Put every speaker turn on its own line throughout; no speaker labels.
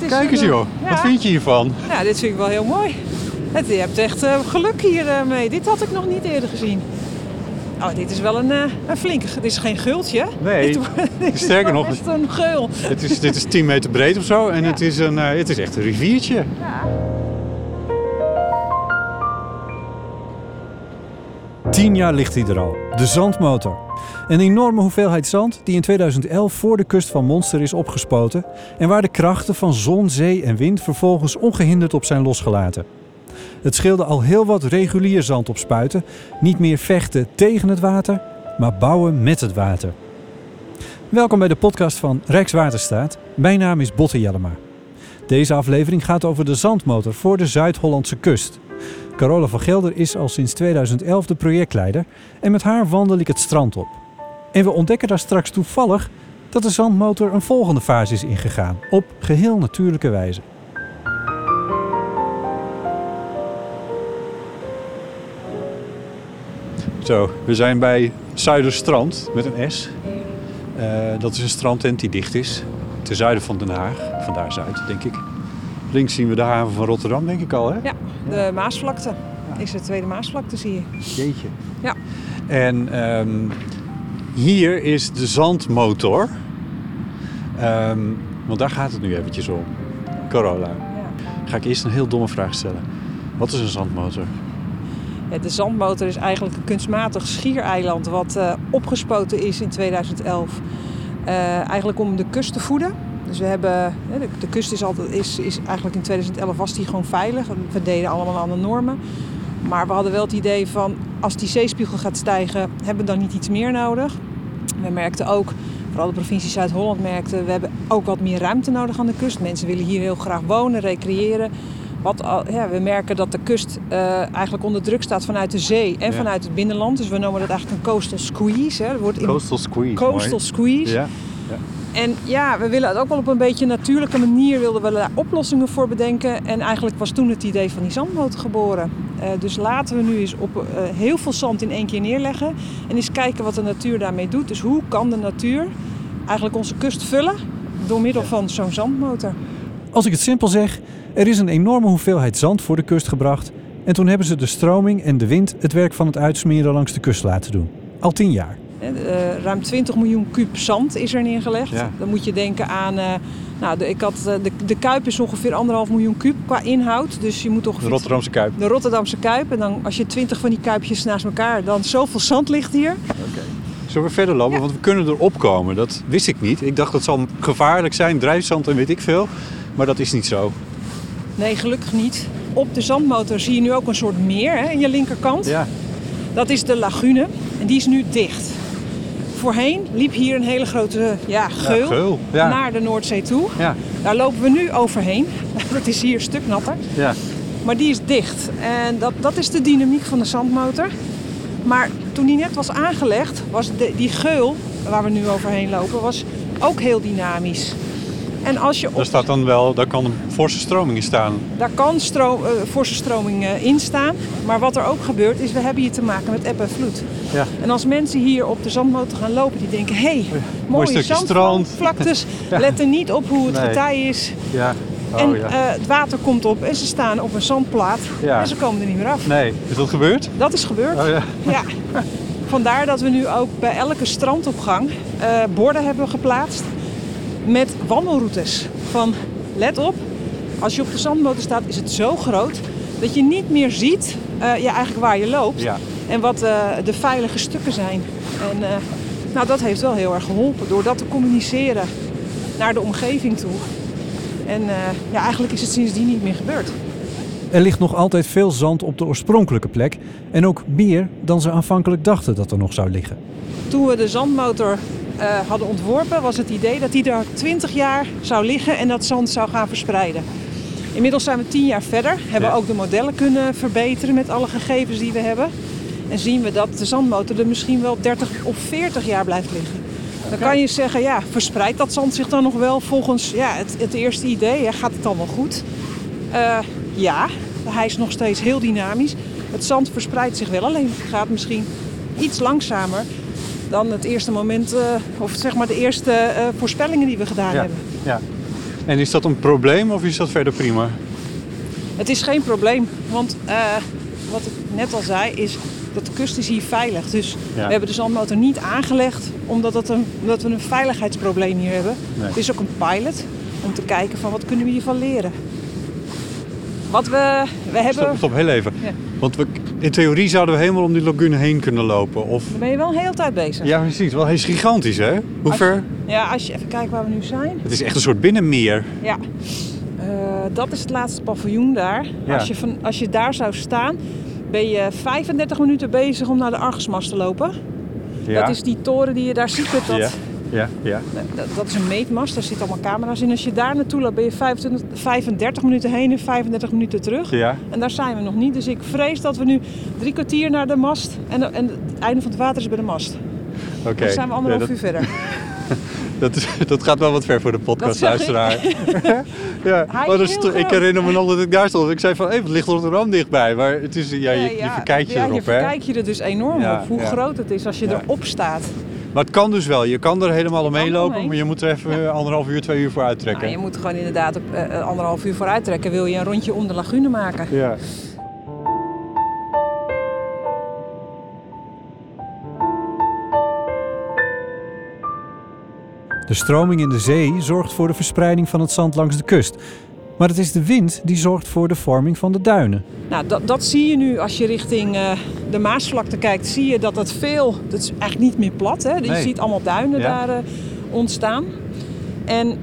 Kijk eens joh, wat vind je hiervan?
Ja, dit vind ik wel heel mooi. Je hebt echt geluk hiermee. Dit had ik nog niet eerder gezien. Oh, dit is wel een flinke... Dit is geen gultje.
Nee, sterker nog,
het is een geul.
Dit is 10 meter breed of zo en het is echt een riviertje.
Ja.
10 jaar ligt hij er al, de zandmotor. Een enorme hoeveelheid zand die in 2011 voor de kust van Monster is opgespoten en waar de krachten van zon, zee en wind vervolgens ongehinderd op zijn losgelaten. Het scheelde al heel wat regulier zand opspuiten, niet meer vechten tegen het water, maar bouwen met het water. Welkom bij de podcast van Rijkswaterstaat. Mijn naam is Botte Jellema. Deze aflevering gaat over de zandmotor voor de Zuid-Hollandse kust. Carola van Gelder is al sinds 2011 de projectleider en met haar wandel ik het strand op. En we ontdekken daar straks toevallig dat de zandmotor een volgende fase is ingegaan, op geheel natuurlijke wijze.
Zo, we zijn bij Zuiderstrand met een S. Dat is een strandtent die dicht is, ten zuiden van Den Haag. Vandaar Zuid, denk ik. Links zien we de haven van Rotterdam, denk ik al, hè?
Ja, de Maasvlakte. Is de tweede Maasvlakte, zie je.
Jeetje.
Ja.
En hier is de zandmotor. Want daar gaat het nu eventjes om. Carola, ga ik eerst een heel domme vraag stellen. Wat is een zandmotor?
Ja, de zandmotor is eigenlijk een kunstmatig schiereiland wat opgespoten is in 2011. Eigenlijk om de kust te voeden. Dus we hebben, de kust is eigenlijk in 2011 was die gewoon veilig. We deden allemaal aan de normen. Maar we hadden wel het idee van, als die zeespiegel gaat stijgen, hebben we dan niet iets meer nodig. We merkten ook, vooral de provincie Zuid-Holland merkte, we hebben ook wat meer ruimte nodig aan de kust. Mensen willen hier heel graag wonen, recreëren. We merken dat de kust eigenlijk onder druk staat vanuit de zee en vanuit het binnenland. Dus we noemen dat eigenlijk een coastal squeeze. Hè. Coastal squeeze.
Ja.
En ja, we willen het ook wel op een beetje natuurlijke manier wilden we daar oplossingen voor bedenken. En eigenlijk was toen het idee van die zandmotor geboren. Dus laten we nu eens op heel veel zand in één keer neerleggen. En eens kijken wat de natuur daarmee doet. Dus hoe kan de natuur eigenlijk onze kust vullen door middel van zo'n zandmotor?
Als ik het simpel zeg, er is een enorme hoeveelheid zand voor de kust gebracht. En toen hebben ze de stroming en de wind het werk van het uitsmeren langs de kust laten doen. Al 10 jaar.
Ruim 20 miljoen kuub zand is er neergelegd.
Ja.
Dan moet je denken aan... de Kuip is ongeveer 1,5 miljoen kuub qua inhoud. Dus je moet ongeveer...
De Rotterdamse Kuip.
De Rotterdamse Kuip. En dan als je 20 van die kuipjes naast elkaar... dan zoveel zand ligt hier.
Okay. Zullen we verder lopen? Ja. Want we kunnen erop komen. Dat wist ik niet. Ik dacht dat zal gevaarlijk zijn. Drijfzand en weet ik veel. Maar dat is niet zo.
Nee, gelukkig niet. Op de zandmotor zie je nu ook een soort meer in je linkerkant.
Ja.
Dat is de lagune. En die is nu dicht. Voorheen liep hier een hele grote geul naar de Noordzee toe. Ja. Daar lopen we nu overheen. Dat is hier een stuk natter. Ja. Maar die is dicht. En dat is de dynamiek van de zandmotor. Maar toen die net was aangelegd, was die geul waar we nu overheen lopen, was ook heel dynamisch. En als je
daar kan een forse stroming in staan.
Daar kan forse stroming in staan. Maar wat er ook gebeurt is, we hebben hier te maken met eb en vloed. Ja. En als mensen hier op de zandmotor gaan lopen, die denken, mooie zandvlaktes. Ja. Letten niet op hoe het getij is. Ja. Het water komt op en ze staan op een zandplaat en ze komen er niet meer af.
Nee, is dat gebeurd?
Dat is gebeurd, ja. Vandaar dat we nu ook bij elke strandopgang borden hebben geplaatst met wandelroutes. Van, let op, als je op de zandmotor staat is het zo groot dat je niet meer ziet eigenlijk waar je loopt en wat de veilige stukken zijn. En dat heeft wel heel erg geholpen door dat te communiceren naar de omgeving toe. En eigenlijk is het sindsdien niet meer gebeurd.
Er ligt nog altijd veel zand op de oorspronkelijke plek en ook meer dan ze aanvankelijk dachten dat er nog zou liggen.
Toen we de zandmotor hadden ontworpen, was het idee dat die daar 20 jaar zou liggen en dat zand zou gaan verspreiden. Inmiddels zijn we 10 jaar verder, hebben we ook de modellen kunnen verbeteren met alle gegevens die we hebben. En zien we dat de zandmotor er misschien wel 30 of 40 jaar blijft liggen. Dan kan je zeggen, verspreidt dat zand zich dan nog wel volgens het eerste idee? Gaat het dan wel goed? Hij is nog steeds heel dynamisch. Het zand verspreidt zich wel, alleen het gaat misschien iets langzamer dan het eerste moment, of zeg maar de eerste voorspellingen die we gedaan hebben.
Ja. En is dat een probleem of is dat verder prima?
Het is geen probleem, want wat ik net al zei is dat de kust is hier veilig. Dus we hebben de zandmotor niet aangelegd omdat we een veiligheidsprobleem hier hebben.
Nee.
Het is ook een pilot om te kijken van wat kunnen we hiervan leren. Wat we hebben...
Stop, heel even.
Ja.
Want in theorie zouden we helemaal om die lagune heen kunnen lopen. Of...
Dan ben je wel een hele tijd bezig.
Ja, precies. Wel, hij is gigantisch, hè? Hoe ver?
Als je even kijkt waar we nu zijn.
Het is echt een soort binnenmeer.
Ja. Dat is het laatste paviljoen daar.
Ja.
Als je daar zou staan, ben je 35 minuten bezig om naar de Argosmast te lopen.
Ja.
Dat is die toren die je daar ziet.
Ja.
Dat is een meetmast, daar zitten allemaal camera's in. Als je daar naartoe loopt, ben je 35 minuten heen en 35 minuten terug.
Ja.
En daar zijn we nog niet. Dus ik vrees dat we nu 3 kwartier naar de mast en het einde van het water is bij de mast.
Oké.
Dan zijn we 1,5 uur verder.
Dat gaat wel wat ver voor de podcastluisteraar. Ja.
Hij is heel
Ik
groot.
herinner me nog dat ik daar stond. Ik zei van, wat ligt Rotterdam dichtbij? Maar het is, je verkijkt je erop, hè?
je verkijkt je er dus enorm op, hoe groot het is als je erop staat.
Maar het kan dus wel. Je kan er helemaal omheen lopen,
omheen.
maar je moet er even 1,5 uur, 2 uur voor uittrekken.
Nou, je moet er gewoon inderdaad op 1,5 uur vooruit trekken. Wil je een rondje om de lagune maken.
Ja.
De stroming in de zee zorgt voor de verspreiding van het zand langs de kust. Maar het is de wind die zorgt voor de vorming van de duinen.
Nou, dat zie je nu als je richting de Maasvlakte kijkt. Zie je dat dat is eigenlijk niet meer plat. Hè? Je ziet allemaal duinen daar ontstaan. En,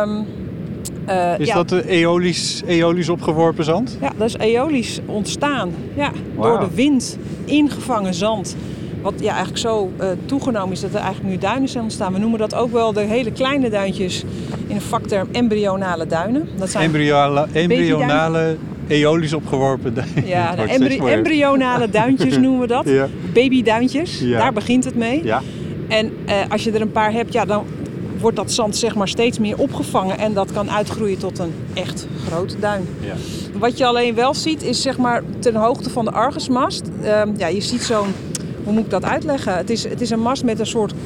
is dat eolisch opgeworpen zand?
Ja, dat is eolisch ontstaan. Ja, door de wind ingevangen zand. Wat eigenlijk zo toegenomen is dat er eigenlijk nu duinen zijn ontstaan. We noemen dat ook wel de hele kleine duintjes in een vakterm embryonale duinen. Dat zijn
embryonale eolisch opgeworpen duinen.
Ja, de embryonale duintjes noemen we dat.
Ja.
Babyduintjes,
Ja.
daar begint het mee.
Ja.
En als je er een paar hebt, dan wordt dat zand zeg maar steeds meer opgevangen. En dat kan uitgroeien tot een echt grote duin.
Ja.
Wat je alleen wel ziet is zeg maar ten hoogte van de Argosmast. Je ziet zo'n... Hoe moet ik dat uitleggen? Het is een mast met een soort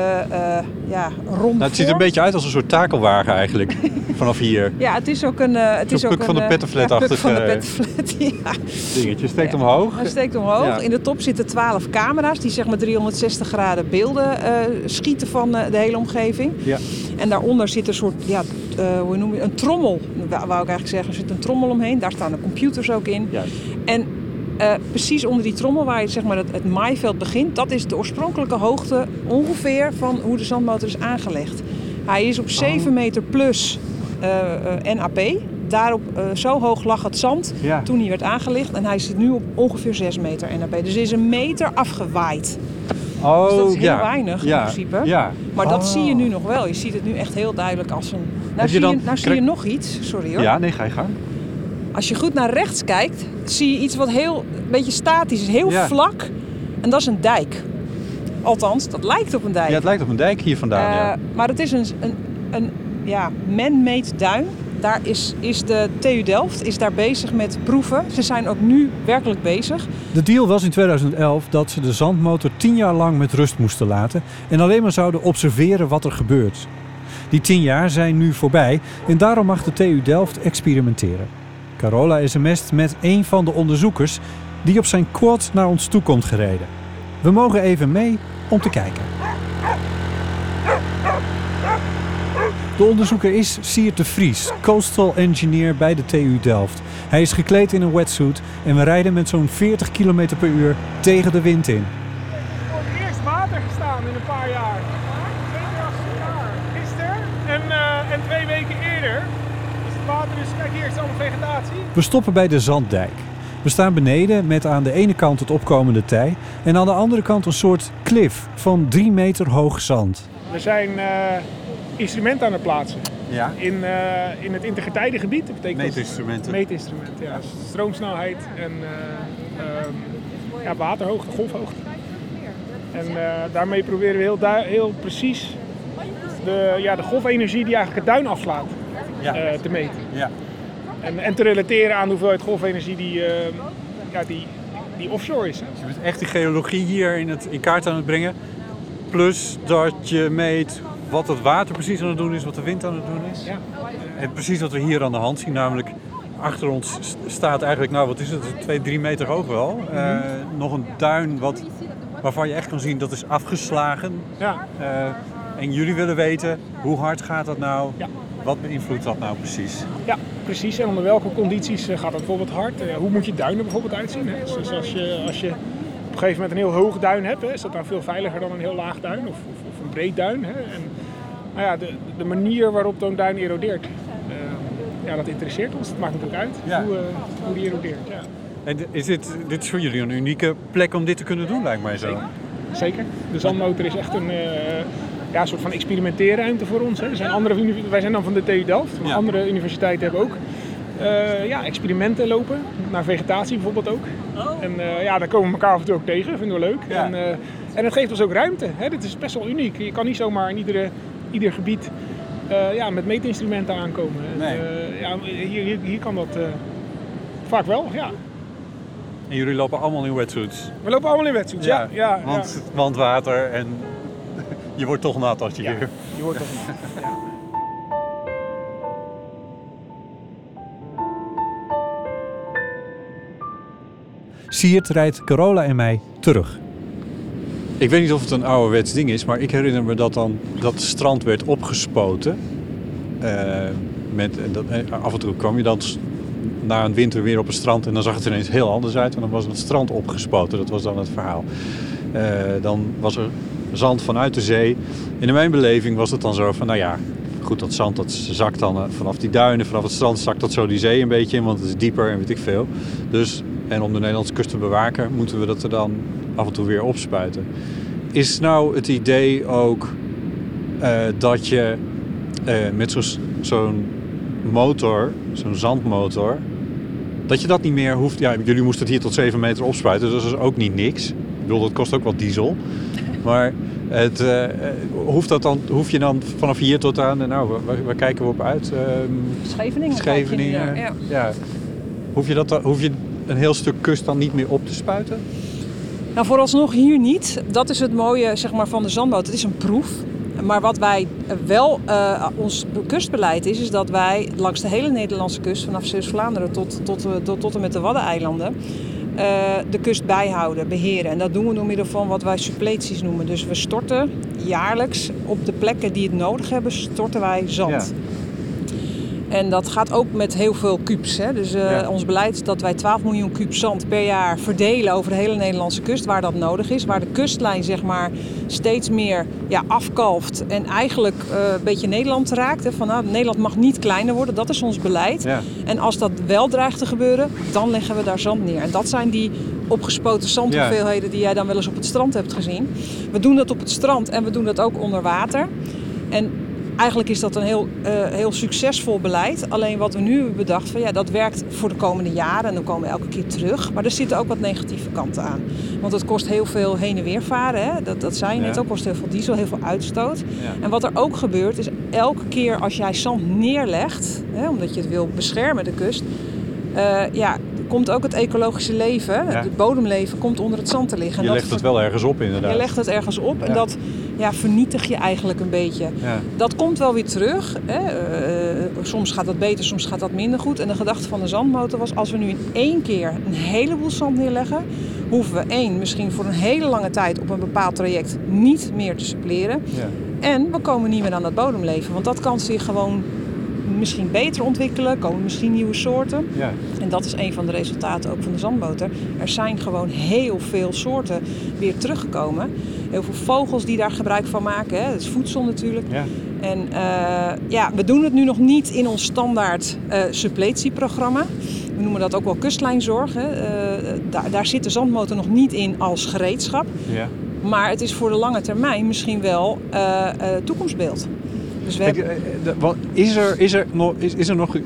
ronde
Het ziet er een beetje uit als een soort takelwagen eigenlijk, vanaf hier.
Ja, het is ook een...
Puk van de pettenflat-achtige
Puk van de pettenflat, ja.
dingetje. Steekt omhoog.
Hij steekt omhoog. Ja. In de top zitten 12 camera's die zeg maar 360 graden beelden schieten van de hele omgeving.
Ja.
En daaronder zit een soort, hoe noem je, een trommel. Wou ik eigenlijk zeggen, er zit een trommel omheen. Daar staan de computers ook in.
Juist.
En precies onder die trommel waar je zeg maar het maaiveld begint, dat is de oorspronkelijke hoogte ongeveer van hoe de zandmotor is aangelegd. Hij is op 7 meter plus NAP. Daarop zo hoog lag het zand toen hij werd aangelegd. En hij zit nu op ongeveer 6 meter NAP. Dus hij is 1 meter afgewaaid.
Oh,
dus dat is heel weinig in principe.
Ja.
Maar dat zie je nu nog wel. Je ziet het nu echt heel duidelijk als een... Nou zie je nog iets. Sorry hoor.
Ja, nee, ga je gang.
Als je goed naar rechts kijkt, zie je iets wat een beetje statisch is. Heel vlak. En dat is een dijk. Althans, dat lijkt op een dijk.
Ja, het lijkt op een dijk hier vandaan.
Maar het is een man-made duin. Daar is de TU Delft daar bezig met proeven. Ze zijn ook nu werkelijk bezig.
De deal was in 2011 dat ze de zandmotor 10 jaar lang met rust moesten laten en alleen maar zouden observeren wat er gebeurt. Die 10 jaar zijn nu voorbij en daarom mag de TU Delft experimenteren. Carola sms't met een van de onderzoekers die op zijn quad naar ons toe komt gereden. We mogen even mee om te kijken. De onderzoeker is Siert de Vries, coastal engineer bij de TU Delft. Hij is gekleed in een wetsuit en we rijden met zo'n 40 km per uur tegen de wind in.
Voor het eerst water gestaan in een paar jaar. 2 keer achter elkaar. Gisteren en 2 weken eerder. Dus het water is, kijk hier is allemaal vegetatie.
We stoppen bij de Zanddijk. We staan beneden met aan de ene kant het opkomende tij en aan de andere kant een soort klif van 3 meter hoog zand.
We zijn instrumenten aan het plaatsen.
Ja.
In het intergetijdengebied. Dat betekent
Meetinstrumenten.
Meetinstrumenten, ja. Stroomsnelheid en waterhoogte, golfhoogte. En daarmee proberen we heel precies de golfenergie die eigenlijk het duin afslaat te meten.
Ja.
En te relateren aan de hoeveelheid golfenergie die offshore is. Hè.
Dus je bent echt die geologie hier in kaart aan het brengen. Plus dat je meet wat het water precies aan het doen is, wat de wind aan het doen is.
Ja.
En precies wat we hier aan de hand zien, namelijk achter ons staat eigenlijk, nou wat is het, 2-3 meter hoog wel. Nog een duin waarvan je echt kan zien dat is afgeslagen.
Ja.
En jullie willen weten, hoe hard gaat dat nou?
Ja.
Wat beïnvloedt dat nou precies?
Ja, precies. En onder welke condities gaat dat bijvoorbeeld hard? Hoe moet je duinen bijvoorbeeld uitzien? Hè? Dus als je op een gegeven moment een heel hoog duin hebt, hè, is dat dan veel veiliger dan een heel laag duin of een breed duin. Hè? En nou ja, de manier waarop zo'n duin erodeert, dat interesseert ons. Het maakt natuurlijk uit hoe die erodeert. Ja.
En dit is voor jullie een unieke plek om dit te kunnen doen, lijkt mij zo.
Zeker. De zandmotor is echt een soort van experimenteerruimte voor ons. Hè. Wij zijn dan van de TU Delft, maar andere universiteiten hebben ook experimenten lopen. Naar vegetatie bijvoorbeeld ook. En daar komen we elkaar af en toe ook tegen, vinden we leuk.
Ja.
En het geeft ons ook ruimte. Hè. Dit is best wel uniek. Je kan niet zomaar in ieder gebied met meetinstrumenten aankomen.
Nee.
Hier kan dat vaak wel, ja.
En jullie lopen allemaal in wetsuits?
We lopen allemaal in wetsuits, ja.
Want water en je wordt toch nat als je hier...
Je wordt toch nat, ja.
Siert rijdt Carola en mij terug.
Ik weet niet of het een ouderwets ding is, maar ik herinner me dat dan dat strand werd opgespoten. Af en toe kwam je dan na een winter weer op het strand en dan zag het er ineens heel anders uit. En dan was het strand opgespoten, dat was dan het verhaal. Dan was er zand vanuit de zee. En in mijn beleving was het dan zo van, nou ja, goed, dat zand dat zakt dan vanaf die duinen, vanaf het strand zakt dat zo die zee een beetje in, want het is dieper en weet ik veel. Dus, en om de Nederlandse kust te bewaken, moeten we dat er dan af en toe weer opspuiten. Is nou het idee ook dat je met zo'n motor, zo'n zandmotor, dat je dat niet meer hoeft... Ja, jullie moesten het hier tot 7 meter opspuiten, dus dat is ook niet niks. Ik bedoel, dat kost ook wat diesel. Maar hoef je dan vanaf hier tot aan... Nou, waar kijken we op uit?
Scheveningen.
Ja. Hoef je een heel stuk kust dan niet meer op te spuiten?
Nou, vooralsnog hier niet. Dat is het mooie, zeg maar, van de zandboot. Het is een proef. Maar wat wij wel, ons kustbeleid is dat wij langs de hele Nederlandse kust, vanaf Zeeuws-Vlaanderen tot en met de Waddeneilanden, de kust bijhouden, beheren. En dat doen we door middel van wat wij suppleties noemen. Dus we storten jaarlijks op de plekken die het nodig hebben, storten wij zand. Ja. En dat gaat ook met heel veel kubus. Hè? Dus ons beleid is dat wij 12 miljoen kuub zand per jaar verdelen over de hele Nederlandse kust, waar dat nodig is. Waar de kustlijn, zeg maar, steeds meer afkalft en eigenlijk een beetje Nederland raakt. Hè? Van, Nederland mag niet kleiner worden, dat is ons beleid. Ja. En als dat wel dreigt te gebeuren, dan leggen we daar zand neer. En dat zijn die opgespoten zandhoeveelheden die jij dan wel eens op het strand hebt gezien. We doen dat op het strand en we doen dat ook onder water. En eigenlijk is dat een heel succesvol beleid. Alleen wat we nu hebben bedacht, van dat werkt voor de komende jaren en dan komen we elke keer terug. Maar er zitten ook wat negatieve kanten aan. Want het kost heel veel heen en weer varen. Hè? Dat zei je net ook, kost heel veel diesel, heel veel uitstoot. Ja. En wat er ook gebeurt is, elke keer als jij zand neerlegt, omdat je het wil beschermen, de kust, komt ook het ecologische leven, het bodemleven, komt onder het zand te liggen.
Je legt het wel ergens op, inderdaad.
Je legt het ergens op en dat vernietig je eigenlijk een beetje. Ja. Dat komt wel weer terug. Soms gaat dat beter, soms gaat dat minder goed. En de gedachte van de zandmotor was, als we nu in 1 keer een heleboel zand neerleggen, hoeven we misschien voor een hele lange tijd op een bepaald traject niet meer te suppleren. Ja. En we komen niet meer aan dat bodemleven, want dat kan zich gewoon misschien beter ontwikkelen, komen misschien nieuwe soorten. Ja. En dat is een van de resultaten ook van de zandmotor. Er zijn gewoon heel veel soorten weer teruggekomen. Heel veel vogels die daar gebruik van maken. Hè. Dat is voedsel natuurlijk. Ja. En we doen het nu nog niet in ons standaard suppletieprogramma. We noemen dat ook wel kustlijnzorg. Hè. Daar zit de zandmotor nog niet in als gereedschap. Ja. Maar het is voor de lange termijn misschien wel toekomstbeeld. Dus is er nog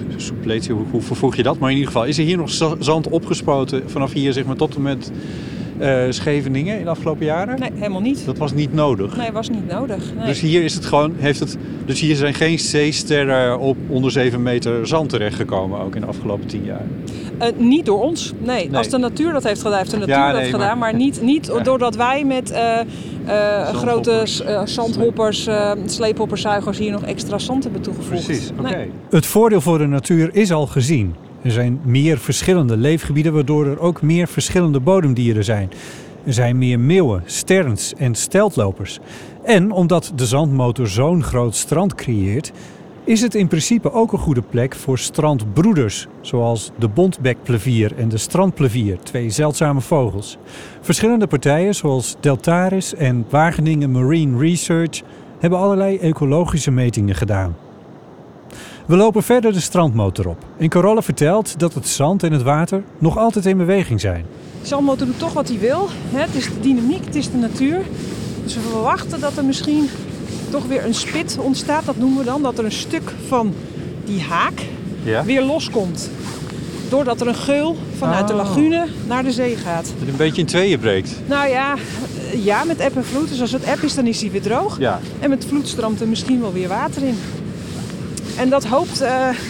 suppletie, hoe vervoeg je dat? Maar in ieder geval, is er hier nog zand opgespoten vanaf hier, zeg maar, tot en met
Scheveningen in de afgelopen jaren?
Nee, helemaal niet.
Dat was niet nodig.
Nee, was niet nodig. Nee.
Dus hier is het gewoon, dus hier zijn geen zeesterren op onder 7 meter zand terechtgekomen, ook in de afgelopen 10 jaar.
Niet door ons. Nee. Als de natuur dat heeft gedaan, heeft de natuur dat gedaan. Maar niet doordat wij met grote zandhoppers, sleephopperzuigers hier nog extra zand hebben toegevoegd.
Precies, oké.
Nee.
Het voordeel voor de natuur is al gezien. Er zijn meer verschillende leefgebieden, waardoor er ook meer verschillende bodemdieren zijn. Er zijn meer meeuwen, sterns en steltlopers. En omdat de zandmotor zo'n groot strand creëert, is het in principe ook een goede plek voor strandbroeders, zoals de bontbekplevier en de strandplevier, 2 zeldzame vogels. Verschillende partijen, zoals Deltaris en Wageningen Marine Research, hebben allerlei ecologische metingen gedaan. We lopen verder de strandmotor op en Carola vertelt dat het zand en het water nog altijd in beweging zijn.
De zandmotor doet toch wat hij wil. Het is de dynamiek, het is de natuur. Dus we verwachten dat er misschien toch weer een spit ontstaat. Dat noemen we dan. Dat er een stuk van die haak weer loskomt. Doordat er een geul vanuit de lagune naar de zee gaat.
Dat het een beetje in tweeën breekt.
Nou ja, met eb en vloed. Dus als het eb is, dan is hij weer droog.
Ja.
En met vloed stroomt er misschien wel weer water in. En dat hoopt,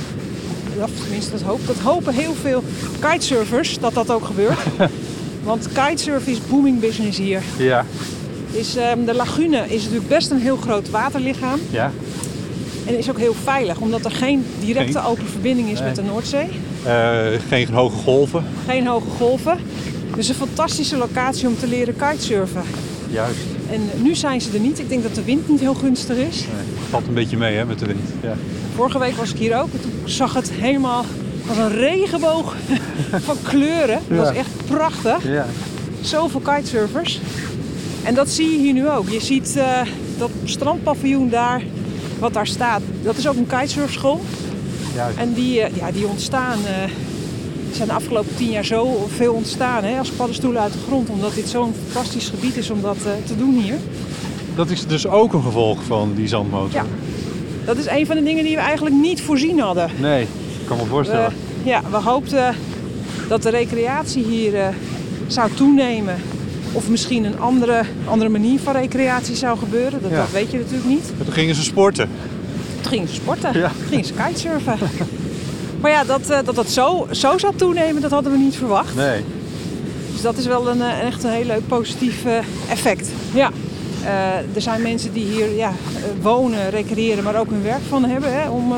dat hopen heel veel kitesurfers dat ook gebeurt. Want kitesurfen is booming business hier.
Ja.
De lagune is natuurlijk best een heel groot waterlichaam.
Ja.
En is ook heel veilig, omdat er geen directe open verbinding is met de Noordzee.
Geen hoge golven.
Geen hoge golven. Dus een fantastische locatie om te leren kitesurfen.
Juist.
En nu zijn ze er niet. Ik denk dat de wind niet heel gunstig is.
Nee, het valt een beetje mee met de wind. Ja.
Vorige week was ik hier ook en toen zag het helemaal als een regenboog van kleuren. Dat was echt prachtig.
Ja.
Zoveel kitesurfers. En dat zie je hier nu ook. Je ziet dat strandpaviljoen daar, wat daar staat. Dat is ook een kitesurfschool.
Juist.
En die ontstaan, zijn de afgelopen 10 jaar zo veel ontstaan als paddenstoelen uit de grond. Omdat dit zo'n fantastisch gebied is om dat te doen hier.
Dat is dus ook een gevolg van die zandmotor.
Ja. Dat is een van de dingen die we eigenlijk niet voorzien hadden.
Nee, ik kan me voorstellen.
We hoopten dat de recreatie hier zou toenemen. Of misschien een andere manier van recreatie zou gebeuren. Dat weet je natuurlijk niet.
En toen gingen ze sporten.
Toen gingen ze sporten.
Ja.
Toen gingen ze kitesurfen. Maar ja, dat zo zou toenemen, dat hadden we niet verwacht.
Nee.
Dus dat is wel echt een heel leuk positief effect. Ja. Er zijn mensen die hier wonen, recreëren, maar ook hun werk van hebben.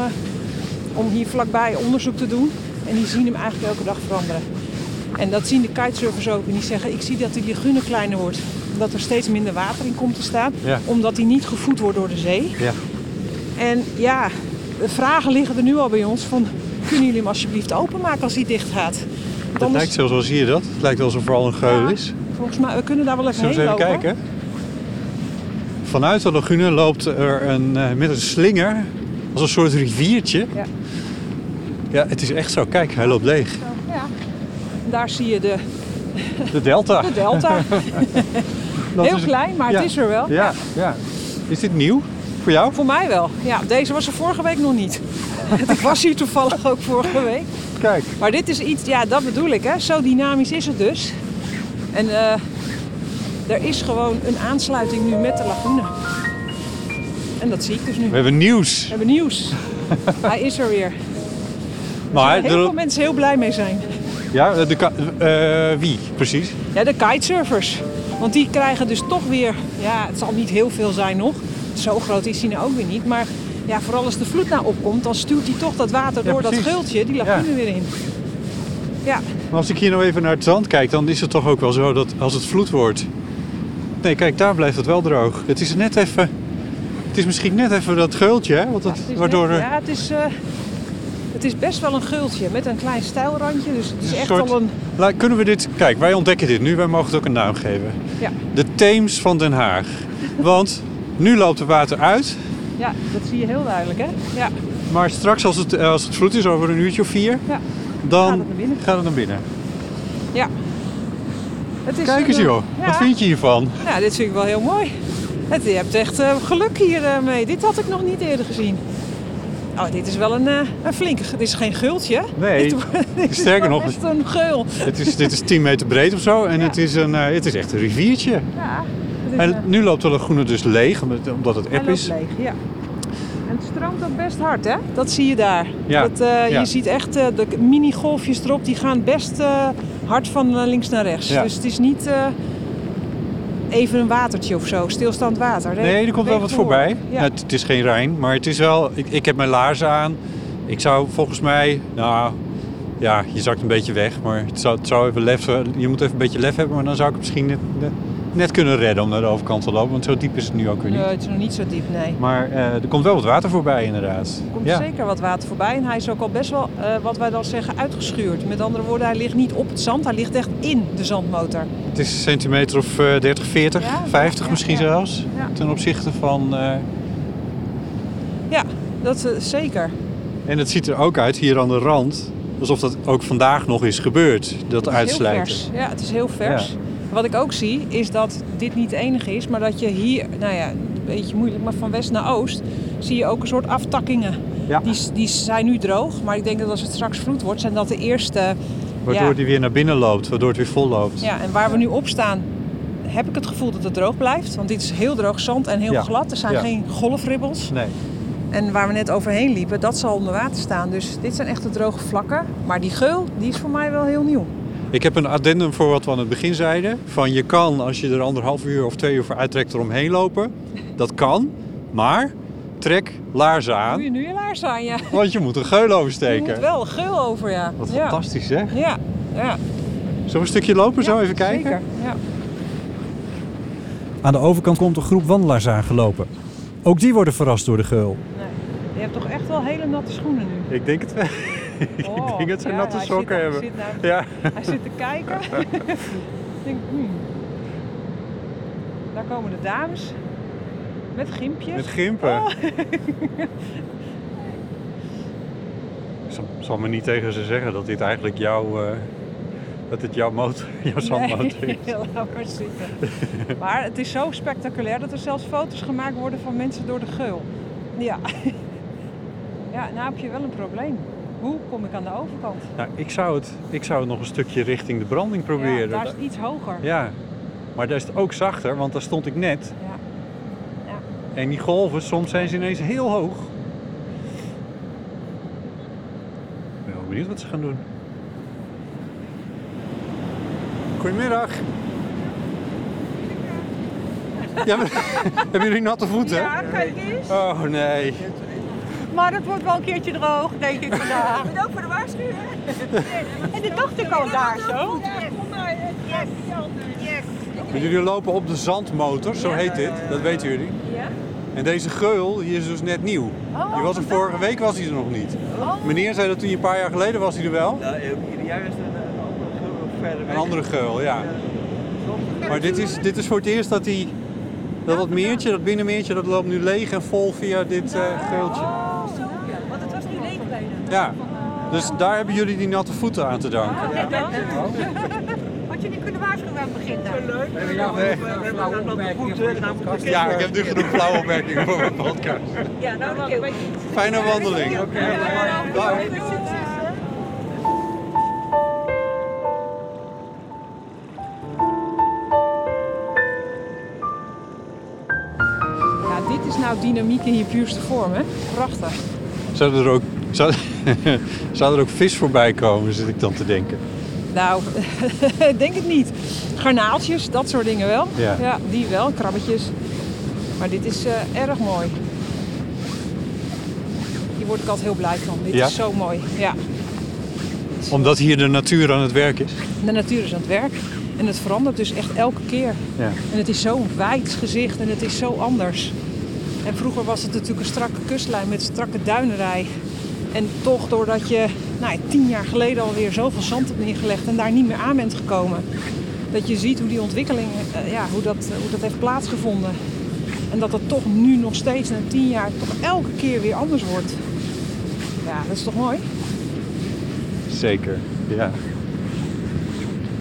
Om hier vlakbij onderzoek te doen. En die zien hem eigenlijk elke dag veranderen. En dat zien de kitesurfers ook. En die zeggen, ik zie dat die lagune kleiner wordt. Dat er steeds minder water in komt te staan. Ja. Omdat die niet gevoed wordt door de zee. Ja. En de vragen liggen er nu al bij ons van, kunnen jullie hem alsjeblieft openmaken als hij dicht gaat?
Dat lijkt zo, zie je dat? Het lijkt wel alsof er al een geul is.
Volgens mij, we kunnen daar wel even heen lopen.
Zullen we even kijken? Vanuit de lagune loopt er met een slinger, als een soort riviertje. Ja. Ja, het is echt zo. Kijk, hij loopt leeg.
Ja. Daar zie je de
delta.
De delta. Heel klein, maar het is er wel.
Ja, ja. Is dit nieuw voor jou?
Voor mij wel. Ja, deze was er vorige week nog niet. Ik was hier toevallig ook vorige week.
Kijk.
Maar dit is iets, dat bedoel ik. Zo dynamisch is het dus. En er is gewoon een aansluiting nu met de lagune. En dat zie ik dus nu.
We hebben nieuws.
Hij is er weer.
Maar
heel veel mensen heel blij mee zijn.
Ja, wie precies?
Ja, de kitesurfers. Want die krijgen dus toch weer, het zal niet heel veel zijn nog. Zo groot is hij nou ook weer niet. Maar vooral als de vloed nou opkomt, dan stuurt hij toch dat water door dat geultje, die lagune weer in. Ja.
Maar als ik hier nou even naar het zand kijk, dan is het toch ook wel zo dat als het vloed wordt... Nee, kijk, daar blijft het wel droog. Het is net even... Het is misschien net even dat geultje, hè? Waardoor
het is best wel een geultje met een klein stijlrandje. Dus het is echt al een...
Kunnen we dit... Kijk, wij ontdekken dit nu. Wij mogen het ook een naam geven. Ja. De Theems van Den Haag. Want nu loopt het water uit.
Ja, dat zie je heel duidelijk, hè? Ja.
Maar straks als het vloed is, over een uurtje of 4... Dan gaat het naar binnen.
Ja.
Kijk eens joh, wat vind je hiervan?
Ja, dit vind ik wel heel mooi. Je hebt echt geluk hiermee. Dit had ik nog niet eerder gezien. Oh, dit is wel een flinke... Dit is geen gultje.
Nee,
dit is
sterker nog,
best een geul.
dit is 10 meter breed of zo. En het is echt een riviertje.
Ja.
En nu loopt de lagune dus leeg, omdat het eb is.
Hij loopt leeg, ja. En het stroomt ook best hard, hè? Dat zie je daar.
Ja.
Je ziet echt de mini-golfjes erop, die gaan best hard van links naar rechts.
Ja.
Dus het is niet even een watertje of zo, stilstaand water.
Nee, er komt wel wat voorbij.
Ja.
Het is geen Rijn, maar het is wel... Ik heb mijn laarzen aan. Ik zou volgens mij... Nou, ja, je zakt een beetje weg, maar het zou even lef... Je moet even een beetje lef hebben, maar dan zou ik het misschien net kunnen redden om naar de overkant te lopen. Want zo diep is het nu ook weer niet.
Nee, het is nog niet zo diep, nee.
Maar er komt wel wat water voorbij, inderdaad.
Er komt zeker wat water voorbij en hij is ook al best wel, wat wij dan zeggen, uitgeschuurd. Met andere woorden, hij ligt niet op het zand, hij ligt echt in de zandmotor.
Het is een centimeter of 30, 40,
Ja,
50
ja,
misschien
ja.
zelfs.
Ja.
Ten opzichte van...
Ja, dat zeker.
En het ziet er ook uit, hier aan de rand, alsof dat ook vandaag nog is gebeurd, dat uitslijten.
Heel vers. Ja, het is heel vers.
Ja.
Wat ik ook zie, is dat dit niet de enige is, maar dat je hier, nou ja, een beetje moeilijk, maar van west naar oost, zie je ook een soort aftakkingen.
Ja.
Die zijn nu droog, maar ik denk dat als het straks vloed wordt, zijn dat de eerste...
Waardoor die weer naar binnen loopt, waardoor het weer vol loopt.
Ja, en waar we nu op staan, heb ik het gevoel dat het droog blijft. Want dit is heel droog zand en heel glad. Er zijn geen golfribbels.
Nee.
En waar we net overheen liepen, dat zal onder water staan. Dus dit zijn echt de droge vlakken. Maar die geul, die is voor mij wel heel nieuw.
Ik heb een addendum voor wat we aan het begin zeiden. Van je kan, als je er 1,5 uur of 2 uur voor uittrekt, eromheen lopen. Dat kan, maar trek laarzen aan.
Doe je nu je laars aan, ja.
Want je moet een geul
Je
oversteken.
moet wel een geul over, ja.
Wat
Ja.
fantastisch, hè?
Ja, ja.
Zullen we een stukje lopen, zo even kijken?
Zeker, ja.
Aan de overkant komt een groep wandelaars aangelopen. Ook die worden verrast door de geul.
Nee. Je hebt toch echt wel hele natte schoenen nu.
Ik denk het wel.
Oh,
Ik denk dat ze
ja,
natte
hij
sokken
zit-
hebben.
Hij zit,
Ja.
hij zit te kijken. Ik denk, Daar komen de dames. Met gimpjes.
Met gimpen.
Oh.
Ik zal me niet tegen ze zeggen dat dit eigenlijk dat dit jouw zandmotor is.
Nee, laat maar zitten. Maar het is zo spectaculair dat er zelfs foto's gemaakt worden van mensen door de geul. Ja. Ja, nou heb je wel een probleem. Hoe kom ik aan de overkant?
Nou, ik zou het nog een stukje richting de branding proberen.
Ja, daar is het iets hoger.
Ja, maar daar is het ook zachter, want daar stond ik net.
Ja. Ja.
En die golven, soms zijn ze ineens heel hoog. Ik ben wel benieuwd wat ze gaan doen. Goedemiddag. Ja, maar, hebben jullie natte voeten?
Ja, kijk eens.
Oh nee.
Maar het wordt wel een keertje droog, denk ik vandaag. En ook voor de waarschuwing. En de dochter kan daar zo.
Maar jullie lopen op de zandmotor, zo heet dit. Dat weten jullie.
Ja?
En deze geul, die is dus net nieuw. Die was er vorige week was hij er nog niet. Meneer zei dat hij een paar jaar geleden was hij er wel.
Nou, ieder jaar is er een andere geul verder weg.
Een andere geul, ja. Maar dit is voor het eerst dat dat meertje, dat binnenmeertje, dat loopt nu leeg en vol via dit geultje.
Oh, zo. Want het was nu leeg bijna.
Ja, dus daar hebben jullie die natte voeten aan te danken.
Kijk dan. Had je niet kunnen waarschuwen aan het begin dan? Leuk.
Ja, ik heb nu genoeg flauwe opmerkingen voor mijn podcast.
Ja, nou oké.
Fijne wandeling. Dag.
Ja, dit is nou dynamiek in je puurste vorm, hè? Prachtig.
Zou er ook vis voorbij komen, zit ik dan te denken.
Nou, ik denk het niet. Garnaaltjes, dat soort dingen wel.
Ja.
Die wel, krabbetjes. Maar dit is erg mooi. Hier word ik altijd heel blij van. Dit
Ja?
is zo mooi. Ja.
Omdat hier de natuur aan het werk is.
De natuur is aan het werk. En het verandert dus echt elke keer.
Ja.
En het is zo'n wijd gezicht en het is zo anders. En vroeger was het natuurlijk een strakke kustlijn met strakke duinerij. En toch doordat je 10 jaar geleden alweer zoveel zand hebt neergelegd en daar niet meer aan bent gekomen. Dat je ziet hoe die ontwikkeling, hoe dat heeft plaatsgevonden. En dat het toch nu nog steeds na 10 jaar toch elke keer weer anders wordt. Ja, dat is toch mooi?
Zeker, ja.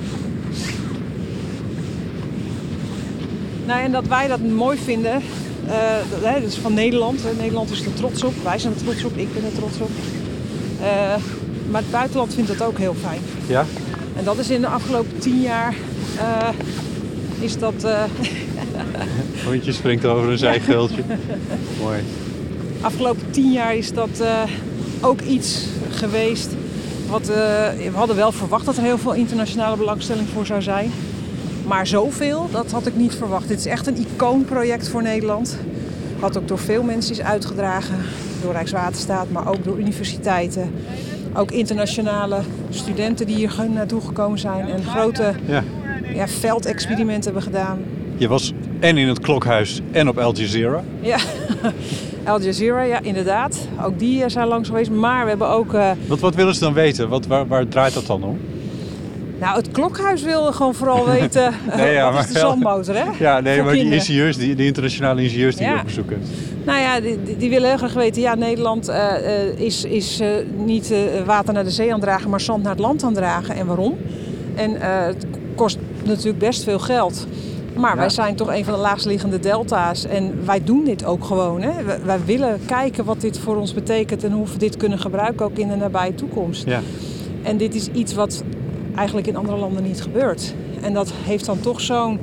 Nou, en dat wij dat mooi vinden, Dat is van Nederland. Nederland is er trots op. Wij zijn er trots op. Ik ben er trots op. Maar het buitenland vindt dat ook heel fijn.
Ja?
En dat is in de afgelopen 10 jaar... is dat...
Hondje springt over een zijgeultje. Mooi.
Afgelopen 10 jaar is dat ook iets geweest. We hadden wel verwacht dat er heel veel internationale belangstelling voor zou zijn. Maar zoveel, dat had ik niet verwacht. Dit is echt een icoonproject voor Nederland. Wat ook door veel mensen is uitgedragen. Door Rijkswaterstaat, maar ook door universiteiten. Ook internationale studenten die hier naartoe gekomen zijn. En grote veldexperimenten hebben gedaan.
Je was en in het Klokhuis en op Al Jazeera.
Ja, Al Jazeera, ja, inderdaad. Ook die zijn langs geweest. Maar we hebben ook...
Wat willen ze dan weten? Waar draait dat dan om?
Nou, het Klokhuis wil gewoon vooral weten wat is de zandmotor, hè?
Ja, nee,
voor
maar
kinderen.
die ingenieurs, die internationale ingenieurs die je op bezoek hebt.
Nou ja, die willen heel graag weten, ja, Nederland is niet water naar de zee aan het dragen, maar zand naar het land aan het dragen. En waarom? En het kost natuurlijk best veel geld. Maar wij zijn toch een van de laagstliggende delta's en wij doen dit ook gewoon. Hè? Wij willen kijken wat dit voor ons betekent en hoe we dit kunnen gebruiken ook in de nabije toekomst. Ja. En dit is iets wat eigenlijk in andere landen niet gebeurt. En dat heeft dan toch zo'n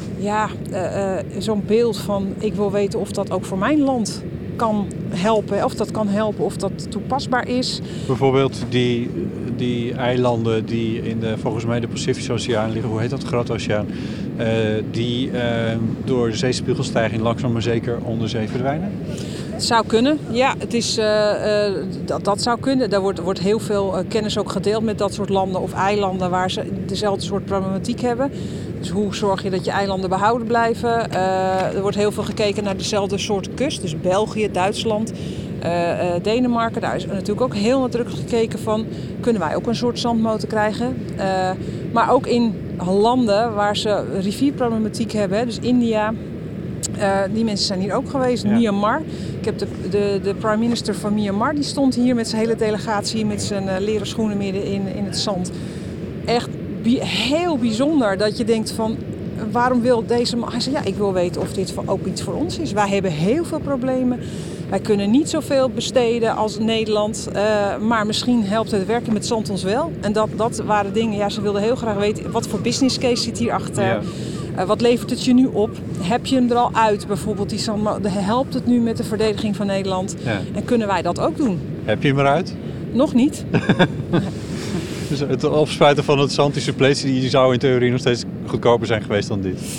beeld van... ik wil weten of dat ook voor mijn land kan helpen. Of dat kan helpen, of dat toepasbaar is.
Bijvoorbeeld die eilanden die in volgens mij de Pacifische Oceaan liggen. Hoe heet dat? Grote Oceaan. Die door de zeespiegelstijging langzaam maar zeker onder zee verdwijnen?
Het zou kunnen, ja. Het is, dat zou kunnen. Daar wordt heel veel kennis ook gedeeld met dat soort landen of eilanden waar ze dezelfde soort problematiek hebben. Dus hoe zorg je dat je eilanden behouden blijven? Er wordt heel veel gekeken naar dezelfde soort kust. Dus België, Duitsland, Denemarken. Daar is natuurlijk ook heel nadrukkelijk gekeken van... kunnen wij ook een soort zandmotor krijgen? Maar ook in landen waar ze rivierproblematiek hebben. Dus India... die mensen zijn hier ook geweest. Ja. Myanmar. Ik heb de prime minister van Myanmar. Die stond hier met zijn hele delegatie met zijn leren schoenen midden in het zand. Echt heel bijzonder dat je denkt van... waarom wil deze man... Hij zei, ja, ik wil weten of dit ook iets voor ons is. Wij hebben heel veel problemen. Wij kunnen niet zoveel besteden als Nederland. Maar misschien helpt het werken met zand ons wel. En dat waren dingen... Ja, ze wilden heel graag weten... wat voor business case zit hierachter... Ja. Wat levert het je nu op? Heb je hem er al uit? Bijvoorbeeld, helpt het nu met de verdediging van Nederland? Ja. En kunnen wij dat ook doen?
Heb je hem eruit?
Nog niet.
Dus het opspuiten van het zand, die suppletie, die zou in theorie nog steeds goedkoper zijn geweest dan dit?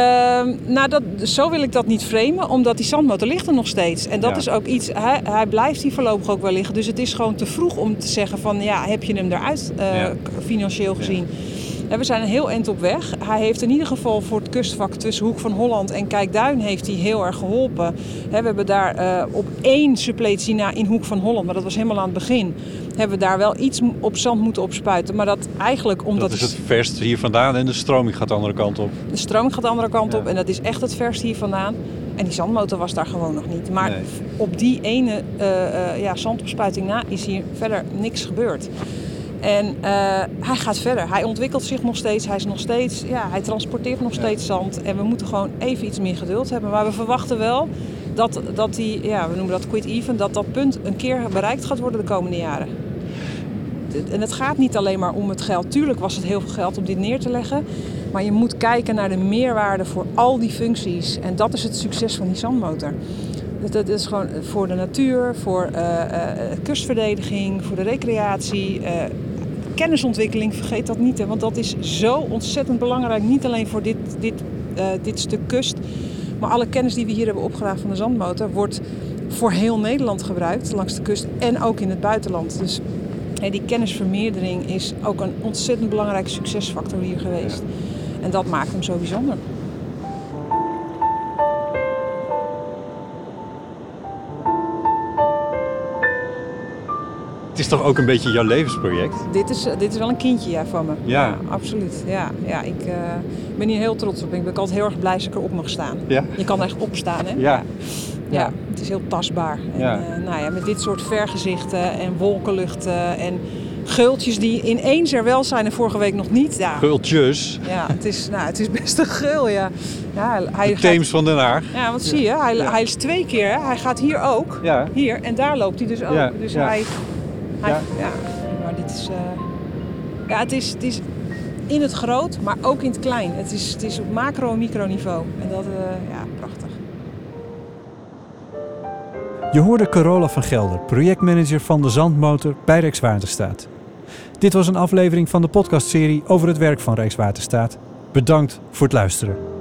Zo wil ik dat niet framen, omdat die zandmotor ligt er nog steeds. En dat is ook iets, hij blijft hier voorlopig ook wel liggen. Dus het is gewoon te vroeg om te zeggen van, ja, heb je hem eruit financieel gezien? Ja. We zijn een heel eind op weg. Hij heeft in ieder geval voor het kustvak tussen Hoek van Holland en Kijkduin heeft hij heel erg geholpen. We hebben daar op 1 suppletie na in Hoek van Holland, maar dat was helemaal aan het begin, hebben we daar wel iets op zand moeten opspuiten. Maar dat eigenlijk omdat...
Dat is het verst hier vandaan en de stroming gaat de andere kant op.
De stroming gaat de andere kant op en dat is echt het verst hier vandaan. En die zandmotor was daar gewoon nog niet. Maar op die ene zandopspuiting na is hier verder niks gebeurd. En hij gaat verder. Hij ontwikkelt zich nog steeds. Hij transporteert nog steeds zand. En we moeten gewoon even iets meer geduld hebben. Maar we verwachten wel dat die, we noemen dat quit even, dat punt een keer bereikt gaat worden de komende jaren. En het gaat niet alleen maar om het geld. Tuurlijk was het heel veel geld om dit neer te leggen. Maar je moet kijken naar de meerwaarde voor al die functies. En dat is het succes van die zandmotor. Dat is gewoon voor de natuur, voor kustverdediging, voor de recreatie, kennisontwikkeling, vergeet dat niet. Hè, want dat is zo ontzettend belangrijk, niet alleen voor dit stuk kust. Maar alle kennis die we hier hebben opgedaan van de zandmotor wordt voor heel Nederland gebruikt, langs de kust en ook in het buitenland. Dus die kennisvermeerdering is ook een ontzettend belangrijke succesfactor hier geweest. Ja. En dat maakt hem zo bijzonder.
Het is toch ook een beetje jouw levensproject?
Dit is wel een kindje van me. Ja, absoluut. Ja, ik ben hier heel trots op. Ik ben altijd heel erg blij dat ik erop mag staan. Ja? Je kan er echt opstaan, hè? Ja, het is heel tastbaar. En, met dit soort vergezichten en wolkenluchten en geultjes die ineens er wel zijn en vorige week nog niet. Ja,
Geultjes.
ja het is best een geul, ja. Ja, hij
De Theems van Den Haag.
Ja, wat zie je? Hij is 2 keer. Hè? Hij gaat hier ook.
Ja.
Hier. En daar loopt hij dus ook.
Ja,
Dus
ja.
hij
Ja.
ja. Maar dit is... ja, het is in het groot, maar ook in het klein. Het is op macro- en microniveau. En dat, ja, prachtig.
Je hoorde Carola van Gelder, projectmanager van de Zandmotor bij Rijkswaterstaat. Dit was een aflevering van de podcastserie over het werk van Rijkswaterstaat. Bedankt voor het luisteren.